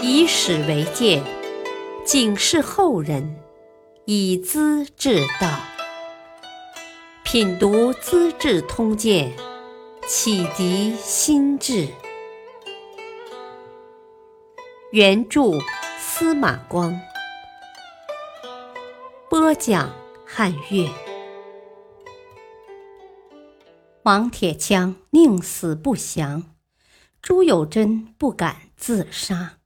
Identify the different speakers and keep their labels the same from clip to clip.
Speaker 1: 以史为鉴，警示后人，以资治道。品读《资治通鉴》，启迪心智。原著司马光，播讲汉乐。王铁枪宁死不降，朱友贞不敢自杀。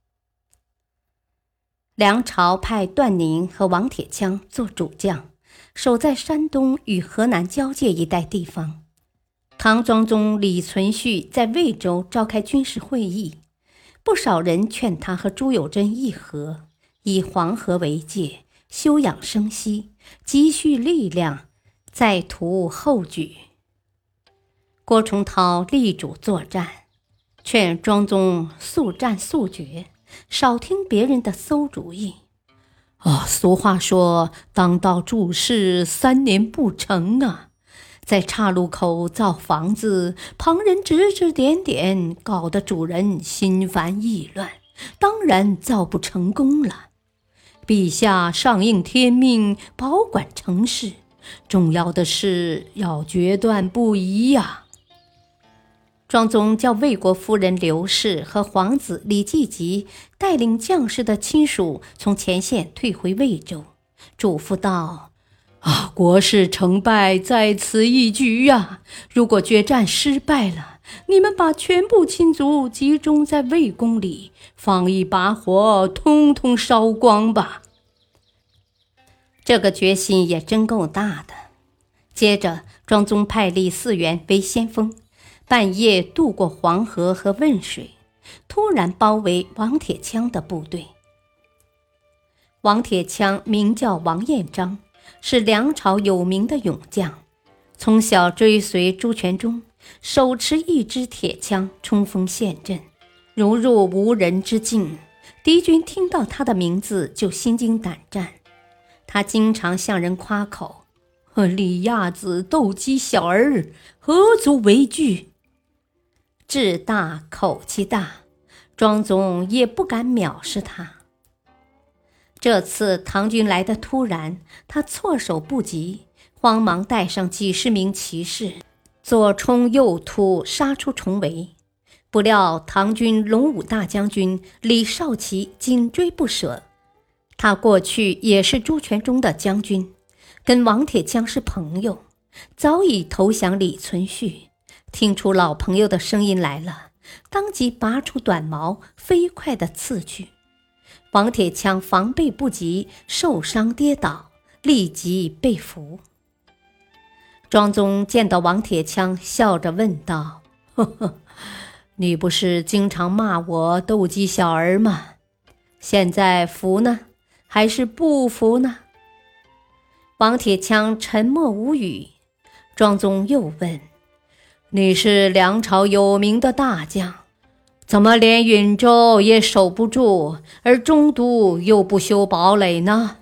Speaker 1: 梁朝派段宁和王铁枪做主将，守在山东与河南交界一带地方。唐庄宗李存勖在魏州召开军事会议，不少人劝他和朱友贞议和，以黄河为界，休养生息，积蓄力量，再图后举。郭崇韬力主作战，劝庄宗速战速决，少听别人的馊主意。俗话说，当道注事3年不成啊！在岔路口造房子，旁人指指点点，搞得主人心烦意乱，当然造不成功了。陛下上应天命，保管城市，重要的是要决断不移呀。庄宗叫魏国夫人刘氏和皇子李继吉带领将士的亲属从前线退回魏州，嘱咐道：国事成败在此一举呀！如果决战失败了，你们把全部亲族集中在魏宫里，放一把火，通通烧光吧。这个决心也真够大的。接着，庄宗派李嗣源为先锋，半夜渡过黄河和汶水，突然包围王铁枪的部队。王铁枪名叫王彦章，是梁朝有名的勇将，从小追随朱全忠，手持一支铁枪冲锋陷阵，如入无人之境。敌军听到他的名字就心惊胆战。他经常向人夸口：李亚子斗鸡小儿，何足为惧？志大口气大，庄宗也不敢藐视他。这次唐军来得突然，他措手不及，慌忙带上几十名骑士，左冲右突，杀出重围。不料唐军龙武大将军李少奇紧追不舍，他过去也是朱全忠的将军，跟王铁枪是朋友，早已投降李存勖。听出老朋友的声音来了，当即拔出短矛，飞快地刺去。王铁枪防备不及，受伤跌倒，立即被俘。庄宗见到王铁枪，笑着问道：你不是经常骂我斗鸡小儿吗？现在服呢，还是不服呢？王铁枪沉默无语。庄宗又问：你是梁朝有名的大将，怎么连允州也守不住，而中都又不修堡垒呢？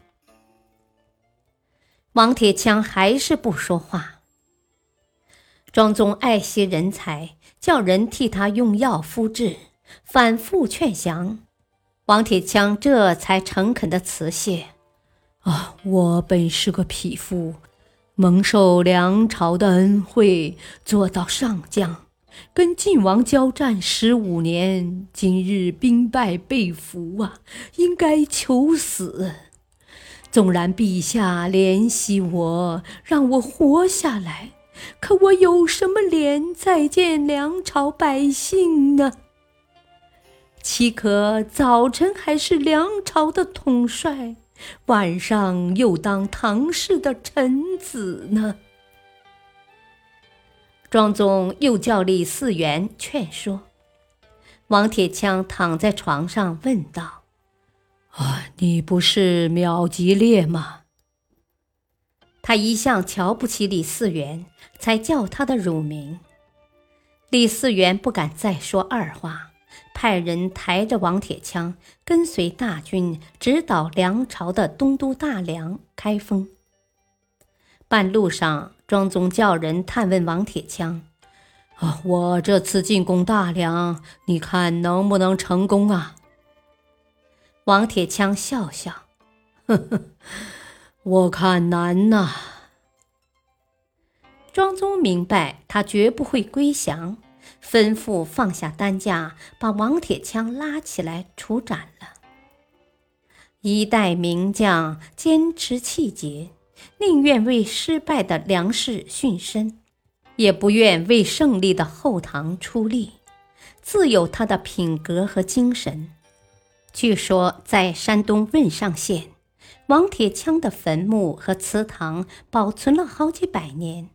Speaker 1: 王铁枪还是不说话。庄宗爱惜人才，叫人替他用药敷治，反复劝降。王铁枪这才诚恳地辞谢：我本是个匹夫，蒙受梁朝的恩惠，做到上将，跟晋王交战15年，今日兵败被俘应该求死。纵然陛下怜惜我，让我活下来，可我有什么脸再见梁朝百姓呢？岂可早晨还是梁朝的统帅，晚上又当唐氏的臣子呢？庄宗又叫李嗣源劝说。王铁枪躺在床上问道：你不是秒吉烈吗？他一向瞧不起李嗣源，才叫他的乳名。李嗣源不敢再说二话，派人抬着王铁枪跟随大军直捣梁朝的东都大梁开封。半路上，庄宗叫人探问王铁枪：我这次进攻大梁，你看能不能成功啊？ 王铁枪笑笑，呵呵，我看难呐。庄宗明白他绝不会归降，吩咐放下担架，把王铁枪拉起来处斩了。一代名将坚持气节，宁愿为失败的梁氏殉身，也不愿为胜利的后唐出力，自有他的品格和精神。据说在山东汶上县，王铁枪的坟墓和祠堂保存了好几百年。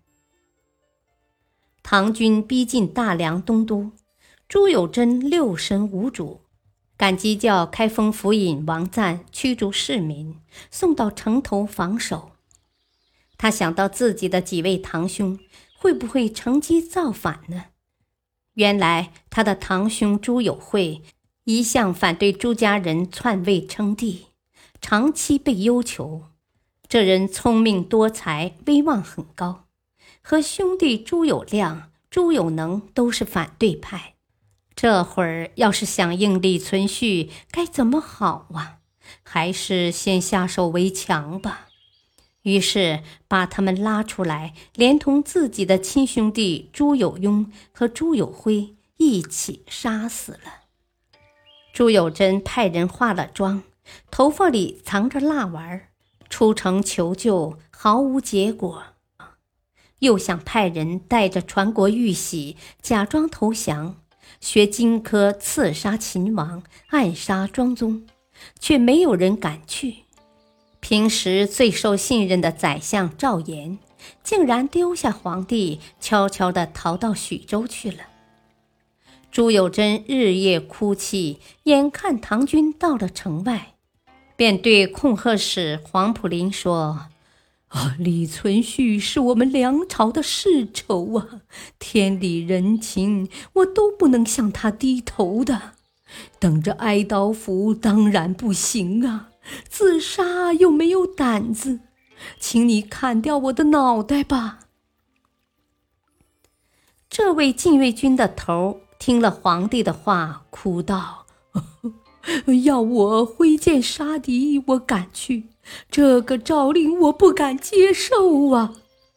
Speaker 1: 唐军逼近大梁东都，朱友贞六神无主，赶急叫开封府尹王赞驱逐市民，送到城头防守。他想到自己的几位堂兄会不会乘机造反呢？原来他的堂兄朱友惠一向反对朱家人篡位称帝，长期被幽囚。这人聪明多才，威望很高，和兄弟朱友谅、朱友能都是反对派。这会儿要是响应李存勖，该怎么好啊？还是先下手为强吧。于是把他们拉出来，连同自己的亲兄弟朱友庸和朱友辉一起杀死了。朱友贞派人化了妆，头发里藏着蜡丸，出城求救，毫无结果。又想派人带着传国玉玺，假装投降，学荆轲刺杀秦王，暗杀庄宗，却没有人敢去。平时最受信任的宰相赵岩，竟然丢下皇帝，悄悄地逃到许州去了。朱友贞日夜哭泣，眼看唐军到了城外，便对控鹤使黄埔林说：李存勖是我们梁朝的世仇啊，天理人情我都不能向他低头的，等着挨刀斧当然不行啊，自杀又没有胆子，请你砍掉我的脑袋吧。这位禁卫军的头听了皇帝的话，哭道：要我挥剑杀敌，我敢去，这个诏令我不敢接受啊！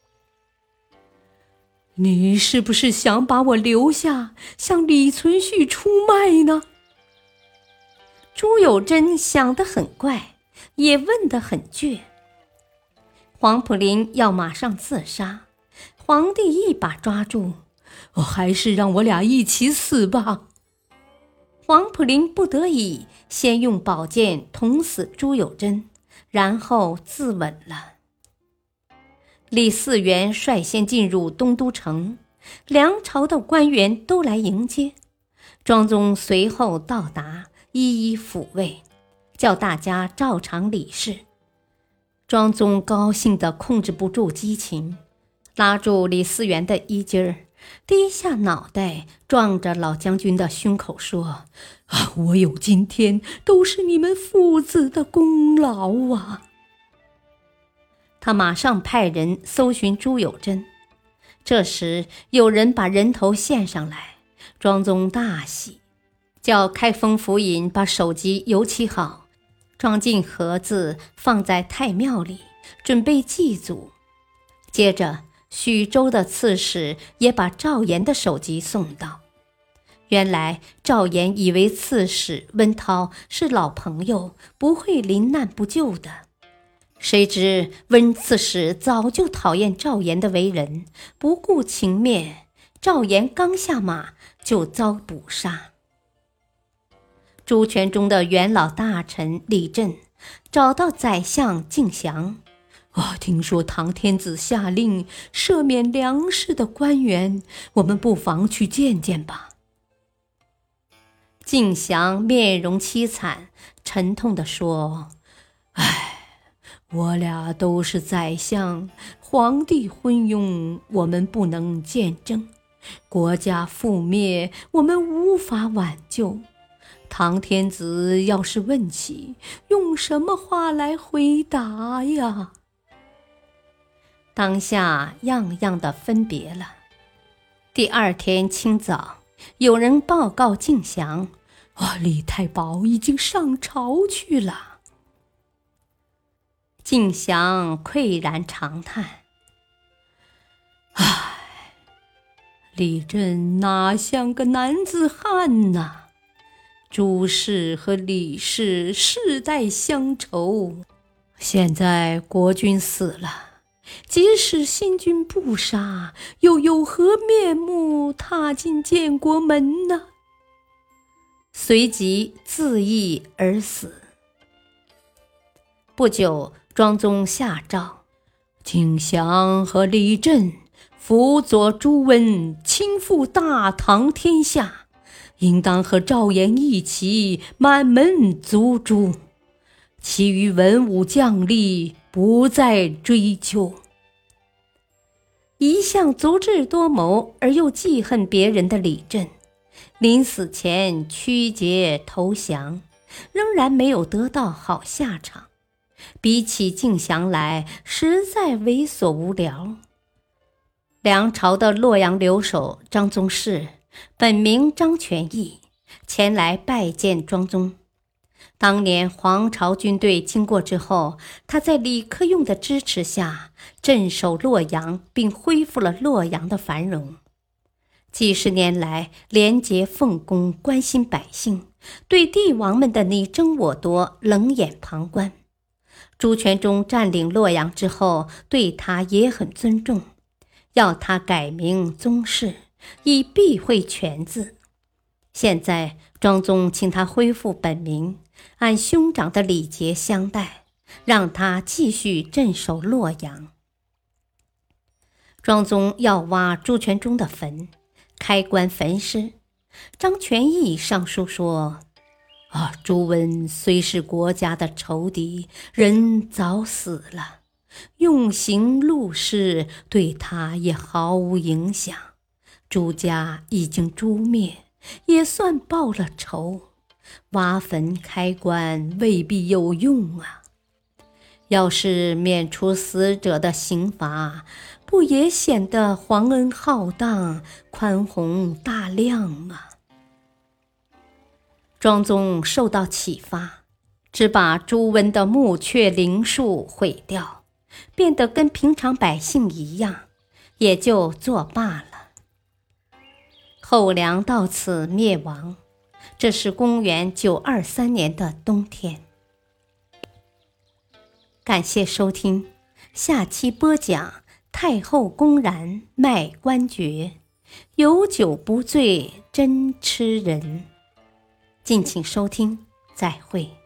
Speaker 1: 你是不是想把我留下，向李存勖出卖呢？朱友贞想得很怪，也问得很倔。黄埔林要马上自杀，皇帝一把抓住：还是让我俩一起死吧。黄埔林不得已，先用宝剑捅死朱友贞，然后自刎了。李嗣源率先进入东都城，梁朝的官员都来迎接，庄宗随后到达，一一抚慰，叫大家照常理事。庄宗高兴得控制不住激情，拉住李嗣源的衣襟儿，低下脑袋，撞着老将军的胸口说：我有今天都是你们父子的功劳啊！他马上派人搜寻朱友贞。这时有人把人头献上来，庄宗大喜，叫开封府尹把首级油漆好，装进盒子，放在太庙里，准备祭祖。接着许州的刺史也把赵岩的首级送到。原来赵岩以为刺史温韬是老朋友，不会临难不救的，谁知温刺史早就讨厌赵岩的为人，不顾情面，赵岩刚下马就遭捕杀。朱全忠的元老大臣李振找到宰相敬降：听说唐天子下令赦免梁氏的官员，我们不妨去见见吧。敬降面容凄惨，沉痛地说：我俩都是宰相，皇帝昏庸，我们不能见证，国家覆灭，我们无法挽救。唐天子要是问起，用什么话来回答呀？当下样样的分别了。第二天清早，有人报告敬降， 李太保已经上朝去了。敬翔喟然长叹：李振哪像个男子汉呐！朱氏和李氏世代乡仇，现在国君死了，即使新君不杀，又有何面目踏进建国门呢？随即自缢而死。不久，庄宗下诏，敬翔和李振辅佐朱温，倾覆大唐天下，应当和赵岩一起满门族诛，其余文武将吏不再追究。一向足智多谋而又记恨别人的李振，临死前屈节投降，仍然没有得到好下场。比起敬翔来，实在猥琐无聊。梁朝的洛阳留守张宗士，本名张全义，前来拜见庄宗。当年黄巢军队经过之后，他在李克用的支持下镇守洛阳，并恢复了洛阳的繁荣。几十年来，廉洁奉公，关心百姓，对帝王们的你争我夺冷眼旁观。朱全忠占领洛阳之后，对他也很尊重，要他改名宗室，以避讳权字。现在庄宗请他恢复本名，按兄长的礼节相待，让他继续镇守洛阳。庄宗要挖朱全忠的坟，开棺焚尸。张全义上书说：朱温虽是国家的仇敌，人早死了，用刑戮事对他也毫无影响，朱家已经诛灭，也算报了仇，挖坟开棺未必有用啊。要是免除死者的刑罚，不也显得皇恩浩荡，宽宏大量啊？庄宗受到启发，只把朱温的墓阙陵树毁掉，变得跟平常百姓一样，也就作罢了。后梁到此灭亡，这是公元923年的冬天。感谢收听，下期播讲太后公然卖官爵，有酒不醉真吃人。敬请收听，再会。